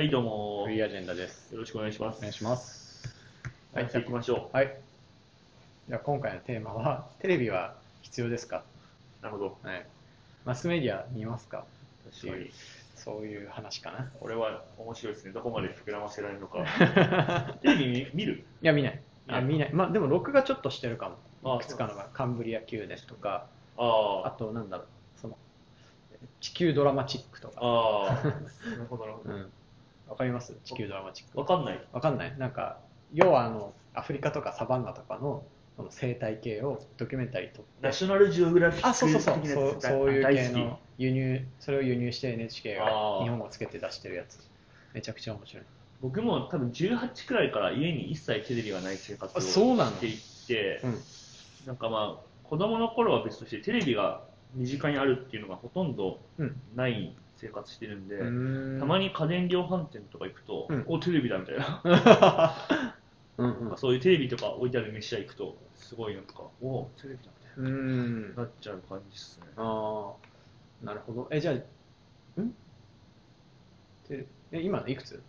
はい、どうもフリーアジェンダです。 よろしくお願いします。 お願いします。 やっていきましょはい。じゃあ今回のテーマは、テレビは必要ですか？ う。なるほど。 はい。マスメディア見ますかっていう、 確かに。 そういう話かな。 これは面白いですね。どこまで膨らませられるのか。テレビ見る？ いや、見ない。 見ない。 見ない。まあ、でも録画ちょっとしてるかも。いあ、 くつかのが、カンブリア宮殿とか、ああと、なんだろう、その、地球ドラマチックとか。 なるほど、なるほうん。わかります地球ドラマチック？ ど。わかんない。 わかんない。なんか、要はアフリカとかサバンナとかのその生態系をドキュメンタリー撮って、 ナショナルジオグラフィあ、そうそうそう、 ック的なやつそういう大好き。 系のそれを輸入して NHK が日本ああ。 語つけて出してるやつ。めちゃくちゃ面白い。 僕も多分18くらいから家に一切テレビがない生活あ、 をそうなの？ していって、 うん。 なんかまあ、子供の頃は別としてテレビが身近にあるっていうのがほとんどうん。 ない生活してるんうーで、たまん。 に家電量販店とか行くと、 うん。 お、テレビだみたいな。 うんうなんかん。 そういうテレビとか置いてある飯屋行くと、すごいなんか、お、テレビだうーみたいん。 な、なっちゃう感じですね。 ああ、なるほど。じゃあ、今いくつ？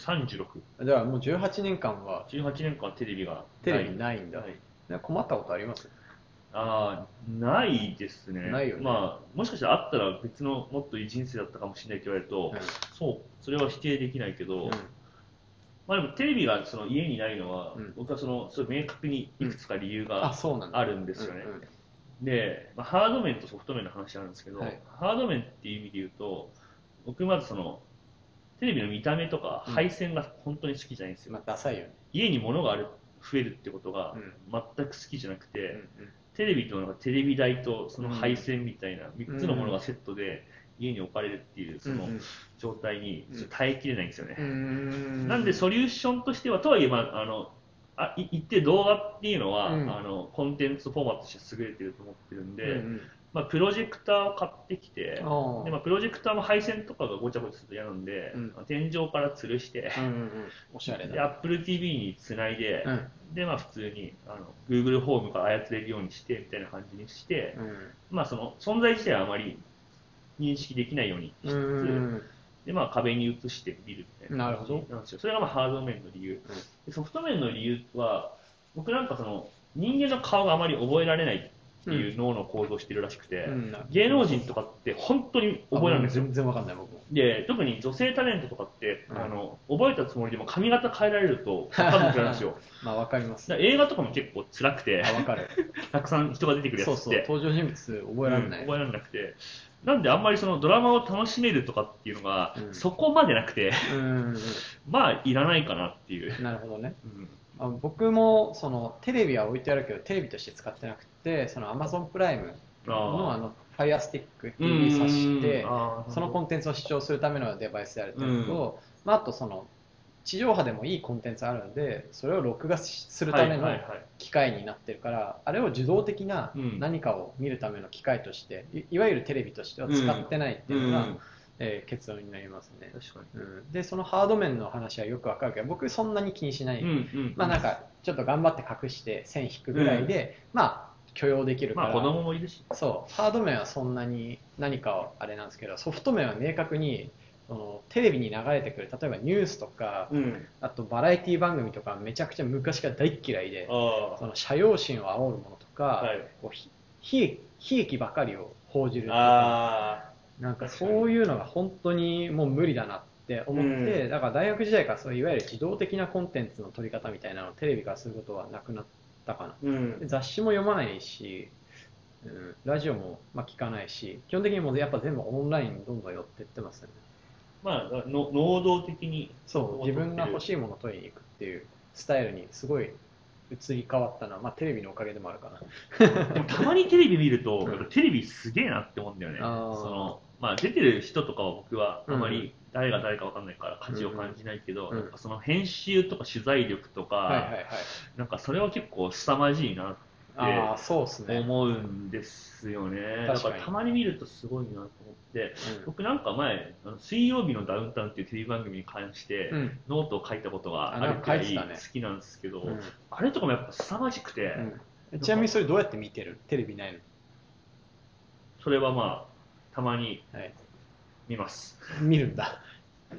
36。 じゃあもう18年間は 18年間テレビがテレない。 ビないんだ。 ない。 困ったことあります？ ないですね。 ないよね。 まあ、もしかしたらあったら別のもっといい人生だったかもしれないって言われると、そう、それは否定できないけど、 うん。 まあでもテレビがその家にないのは、 うん。 僕はそう明確にいくつか理由あ、 がそうなんだ。 あるんですよね。 うんうん。 で、まあ、ハード面とソフト面の話あるんですけど、 はい。 ハード面っていう意味で言うと、僕まずテレビの見た目とかうん。 配線が本当に好きじゃないんですよ。 まあ、ダサいよね。 家に物が増えるってことがうん全く好きじゃなくて、 うんテレビとなんかテレビ台とその配うん線みたいな3つのものうんがセットで家に置かれるっていうそのうん状態にうん耐えきれないんですよね。 うんなんでソリューションとしては、とはいえ、まあ、言って動画っていうのは、 うんコンテンツフォーマットとして優れてると思ってるんで、 うんうんまあ、プロジェクターを買ってきて、で、まあ、 ああプロジェクターも配線とかがごちゃごちゃすると嫌なんで、 うん天井から吊るして、 うんうんおしゃれだで、 ね。 Apple TV につないで、 うんで、まあ、普通にGoogle ホームから操れるようにして、みたいな感じにして、 うんまあ、その存在自体はあまり認識できないようにしうつつ、 んで、まあ、壁に映して見るみたいな感なるほど。 じなんですよ。それがまあハード面の理由。 うんでソフト面の理由は、僕なんか人間の顔があまり覚えられないっていう脳の構造をしてるらしくて、 うんなるほど。 芸能人とかって本当にあ、 覚えられないんですよ。 もう全然わかんない僕も。 で、特に女性タレントとかって、 うん覚えたつもりでも髪型変えられると分かんなくなるんですよ。 まあわかります。 だから映画とかも結構辛くて、 あ、わかる。 たくさん人が出てくるやそうそう、 つって、 登場人物覚えられない。 覚えられなくて、なんであんまりそのドラマを楽しめるとかっていうのが、 うんそこまでなくて、 うんまあいらないかなっていう。 なるほどね。 うん僕もテレビは置いてあるけどテレビとして使ってなくて、その Amazon プライムのああ。 Fire Stick う TV 挿しーん。 て、 ああ、なるほど。 そのコンテンツを視聴するためのデバイスであるっていうのうん。 と、まあ、あと地上波でもいいコンテンツあるので、それを録画するはいためのはいはい。 機械になってるから、あれを受動的なうん。 何かを見るための機械として、いわゆるテレビとしては使うん。 ってないってういうのが、 ん。 結論になりますね。 確かに。 うん、で、そのハード面の話はよくわかるけど、僕そんなに気にしない。 うんうんまあなんか、ちょっと頑張って隠して線引くぐらいで、まあ許容できるまあ子から、 供もいるし。 そう、ハード面はそんなに何かあれなんですけど、ソフト面は明確に、テレビに流れてくる、例えばニュースとか、 うん。 あとバラエティ番組とかめちゃくちゃ昔から大っ嫌いで、 あ社用心を煽るものとあ。はか、 い。 悲劇ばかりを報じるとか、 あなんかあ。確かに。 そういうのが本当にもう無理だなってう思って、 ん。 だから大学時代からそういわゆる自動的なコンテンツの取り方みたいなのをテレビからすることはなくなったかな。 うん。 で雑誌も読まないし、ラジオもまあ聞かないし、基本的にもうやっぱ全部オンラインにどんどん寄ってってますよね。 まあ、能動的にそそう、 こを自分が欲取ってる。 しいものを取りに行くっていうスタイルにすごい移り変わったのは、まあテレビのおかげでもあるかでもたまにテレビ見ると、 な。うん。 やっぱテレビすげえなって思うんだよね。 あまあ出てる人とかは僕はあ、うんうん。 あまり誰が誰かわかんないから価うん値を感じないけど、 うん。うん。 やっぱその編集とか取材力とか、 はいはいはい。 なんかそれは結構凄まじいなってああ、そうっすね。 思うんですよね。だ確かに。 からたまに見るとすごいなと思って、 う僕なんか前、水曜日のダウンタウンっていうテレビ番組に関してん。うん。 ノートを書いたことがあ、 あなんかるくらい書いてたね。 好きなんですけど、 うん。 あれとかもやっぱ凄まじくて、 うん。 なんかちなみにそれどうやって見てる？テレビないの？ それはまあ、たまにはい。 見ます。 見るんだ。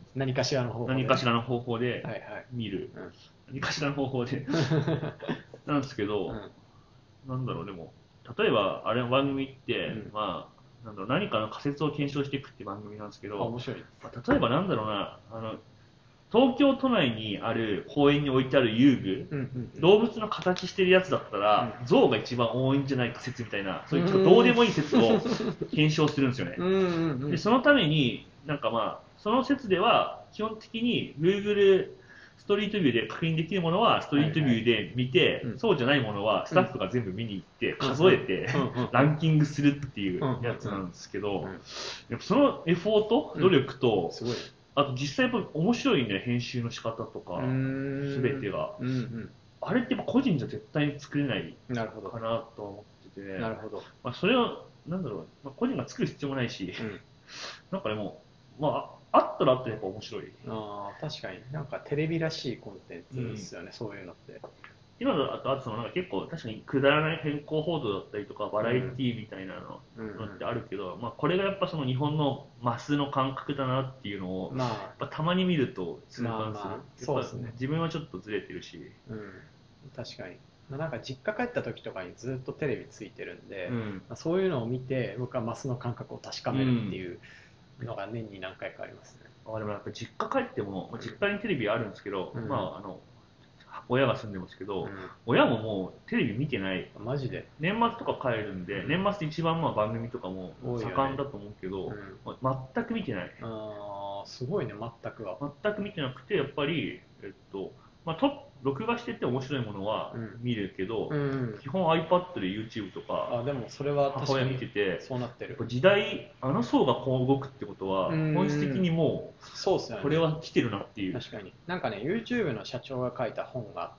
何かしらの方法で。 何かしらの方法ではいはい。 見る、 うん。 何かしらの方法でなんですけど、 うんなんだろう、でも、例えば、あれの番組って、 うんまあ、なんだろう、何かの仮説を検証していくっていう番組なんですけあ、 ど、 面白い。 まあ例えばなんだろうな、東京都内にある公園に置いてある遊具、 うんうんうん。 動物の形してるやつだったら、象が一番多いんじゃないか説みたいな、そういうちょっとどうでもいい説を検証するんですよね。 うんうんうん。 で、そのために、なんかまあ、その説では、基本的に Google ストリートビューで確認できるものはストリートビューで見て、 うんそうじゃないものはスタッフが全部見に行って数えて、 うんうんランキングするっていうやつなんですけど、 うんやっぱそのエフォート、努力と、 すごい。 あと実際やっぱ面白いね、編集の仕方とか、すべてが。 うんうん。 あれってやっぱ個人じゃ絶対に作れないなるほど。 かなと思ってて、 なるほど。 まあ、それを、なんだろう、まあ、個人が作る必要もないし、 うんなんかでも、まあ、あったらあったらやっぱ面白い。 ああ、確かに。なんかテレビらしいコンテンツですよね、そういうのって。 今のあとそのなんか結構確かにくだらない健康報道だったりとかバラエティーみたいなのってあるけど、まあ、これがやっぱその日本のマスの感覚だなっていうのを、 まやっぱたまに見ると痛感する。 まあそうですねやっぱ自分はちょっとずれてるし。 うん、確かに。まあ、なんか実家帰った時とかにずっとテレビついてるんで、 うんまあ、そういうのを見て僕はマスの感覚を確かめるってういうのが年に何回かありますね。 でもやっぱ実家帰っても、まあ、実家にテレビあるんですけど、 うん、 まあ親が住んでますけど、 うん、 親ももうテレビ見てない。 マジで。 年末とか帰るんで、年末で一番まあ番組とかも多いよね。 盛んだと思うけど、 うん、 全く見てない。 あーすごいね、全くは。 全く見てなくて、やっぱり、まあ、録画してて面白いものはうん見るけど、 うん、 基本 iPad で YouTube とかあでもそれは確母親かに見てて、 そうなってる。 やっぱ時代、あの層がこう動くってことうは、本質的ん、 にもう、 そうっすよね。 これは来てるなっていう。 確かに。なんかね、YouTube の社長が書いた本があって、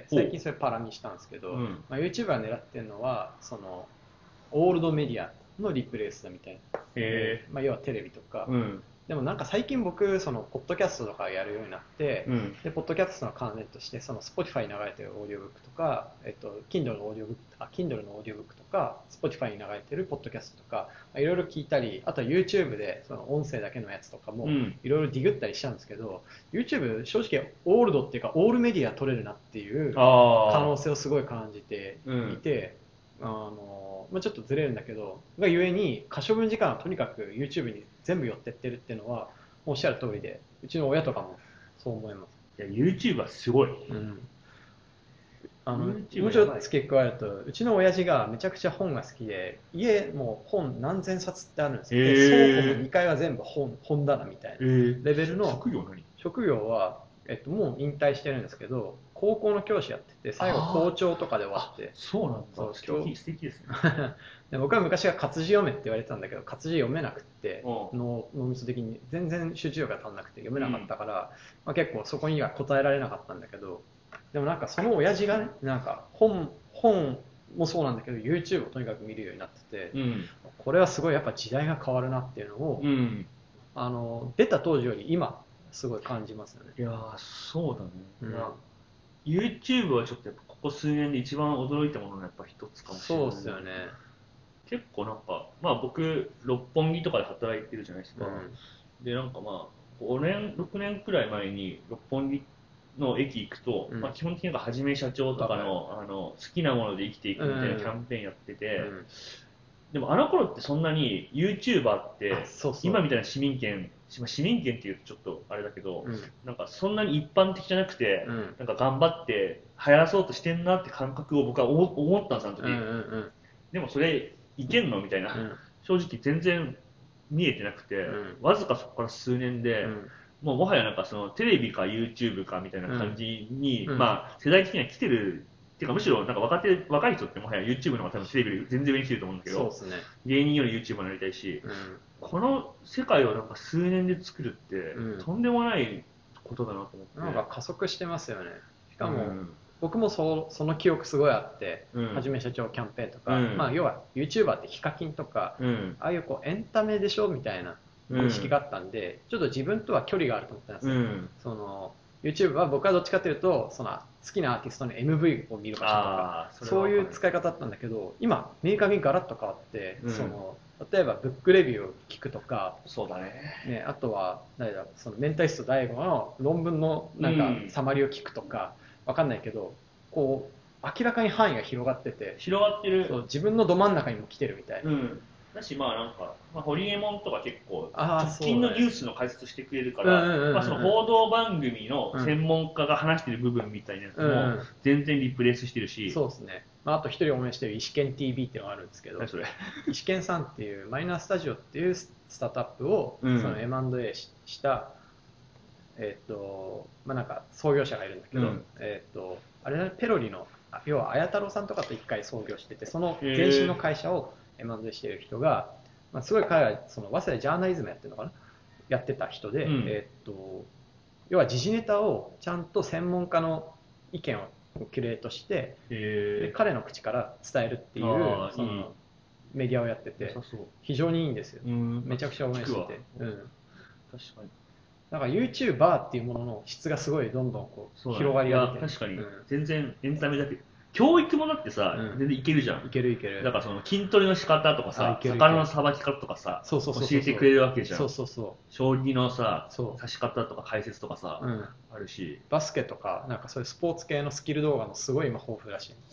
ほう。 最近それパラ見したんですけど、 うん。 まあ、YouTuber が狙ってるのは、その、オールドメディアのリプレイスだみたいな。で、 へまあ、要はテレビとか。 うん。 でもなんか最近僕、その、ポッドキャストとかやるようになって、 うん。 で、ポッドキャストの関連として、その、Spotify に流れてるオーディオブックとか、Kindle のオーディオブック、Kindle のオーディオブックとか、Spotify に流れてるポッドキャストとか、まあいろいろ聞いたり、あとは YouTube で、その、音声だけのやつとかも、 うん。 いろいろディグったりしたんですけど、YouTube 正直オールドっていうか、オールメディア取れるなっていう可能ああ。 性をすごい感じてうん。 いて、まあ、ちょっとずれるんだけど、がゆえに可処分時間はとにかく YouTube に全部寄ってってるっていうのは、おっしゃる通りで、うちの親とかもそう思います。 いや、YouTube はすごい。 うん。 YouTube もうはやばい。 ちょっと付け加えると、うちの親父がめちゃくちゃ本が好きで、家も本何千冊ってあるんですよ。で、倉庫もへ 2階は全部本棚みたいなレベルの職業何？ 職業は、もう引退してるんですけど、高校の教師やってて、最後校長とかで終わって、 そうなんだ。 そう素敵ですね。 で僕は昔は活字読めって言われてたんだけど活字読めなくってう脳みそ的に全然集中力が足んなくて読めなかっん。 たから、まあ、結構そこには答えられなかったんだけどでもなんかその親父がねなんか本もそうなんだけど YouTube をとにかく見るようになっててうん。 これはすごいやっぱ時代が変わるなっていうのをうん。 出た当時より今すごい感じますよね。 いやー、そうだね。 うん、 いや、YouTube はちょっとやっぱここ数年で一番驚いたもののやっぱ一つかもしれない。 そうっすよね。 結構なんか、まあ僕、六本木とかで働いてるじゃないですか。 うんで、なんかまあ、5年、6年くらい前に六本木の駅行くと、 うんまあ、基本的にはじめ社長とかの、好きなもので生きていくみたいなキャンペーンやってて、 うんでもあの頃ってそんなに YouTuber ってそうそう今みたいな市民権っていうとちょっとあれだけど、 うんなんかそんなに一般的じゃなくて、 うんなんか頑張って流行らそうとしてんなって感覚を僕は思ったんです、あの時。 うんうんでもそれいけんのみたいな。 うん正直全然見えてなくて、 うんわずかそこから数年で、 うんもうもはやなんかそのテレビか YouTube かみたいな感じに、 うんまあ世代的には来てるっていうかむしろなんか若い人ってもはや YouTube の方が多分テレビより全然上に来てると思うんだけど、 そうですね。 芸人より YouTuber になりたいし、 うんこの世界をなんか数年で作るってうんとんでもないことだなと思って。 なんか加速してますよね。しかも、 うん僕もその記憶すごいあって、 うんはじめ社長キャンペーンとか、 うんまあ要は YouTuber ってヒカキンとか、 うんああいうこうエンタメでしょみたいな認識があったんで、ちょっと自分とは距離があると思ったんですよ。 うんその YouTube は僕はどっちかというと、その好きなアーティストの MV を見る場所とか、そういう使い方だったんだけど、今、明確にガラッと変わって、例えばブックレビューを聞くとか、 そうだね。 あとは、そのメンタリスト DAIGO の論文のなんかサマリーを聞くとか、わかんないけど、こう、明らかに範囲が広がってて、 広がってる。 自分のど真ん中にも来てるみたいな。 だし、まあなんか、ホリエモンとか結構、直近のニュースの解説してくれるから、その報道番組の専門家が話してる部分みたいなやつも、全然リプレイスしてるし。 そうですね。あと一人応援してる石研 TV っていうのがあるんですけど、石研さんっていうマイナースタジオっていうスタートアップを、その M&A した、なんか創業者がいるんだけど、あれだね、ペロリの、要は綾太郎さんとかと一回創業してて、その前身の会社を M&A してる人が、すごい彼はその早稲田ジャーナリズムやってるのかな、やってた人で、要は時事ネタをちゃんと専門家の意見をキュレートして、で彼の口から伝えるっていうそのメディアをやってて、非常にいいんですよ。めちゃくちゃ応援してて。 確かに。 だから YouTuber っていうものの質がすごいどんどんこう広がりが出て、 確かに、全然エンタメだけど、教育もだってさ、全然いけるじゃん。 いけるいける。 だからその筋トレの仕方とかさ、魚のさばき方とかさ、教えてくれるわけじゃん。将棋のさ、指し方とか解説とかさ、あるし。 バスケとか、なんかそういうスポーツ系のスキル動画もすごい今豊富らしい。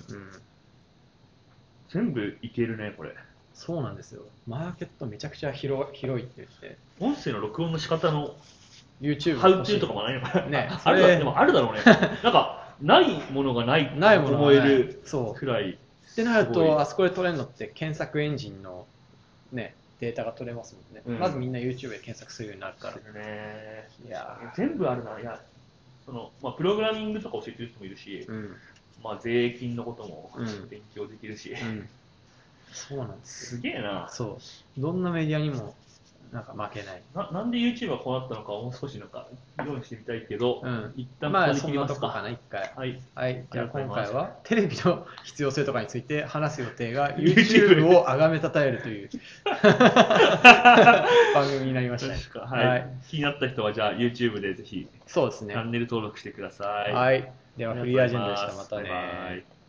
全部いけるね、これ。 そうなんですよ。マーケットめちゃくちゃ広いって言って。 音声の録音の仕方の YouTube ハウトゥーとかもないのかな。 ね、 でもあるだろうね。なんか、ないものがないと思えるくらい。 ってなると、あそこで取れるのって検索エンジンの、ね、データが取れますもんね。まずみんな YouTube で検索するようになるから。 いや全部あるな。いやそのプログラミングとか教えてる人もいるし、税金のことも勉強できるし。 そうなんですよ。すげえな。 そう。どんなメディアにもなんか負けない。 なんで YouTube がこうなったのかもう少しなんか用意してみたいけど、一旦ここで切りますか。そんなとこかな、一回。はい。じゃあ今回はテレビの必要性とかについて話す予定が YouTube を崇めたたえるという番組になりましたね。 はい。気になった人はじゃあ YouTube でぜひチャンネル登録してください。 はい。ではフリーアジェンダでした。またね。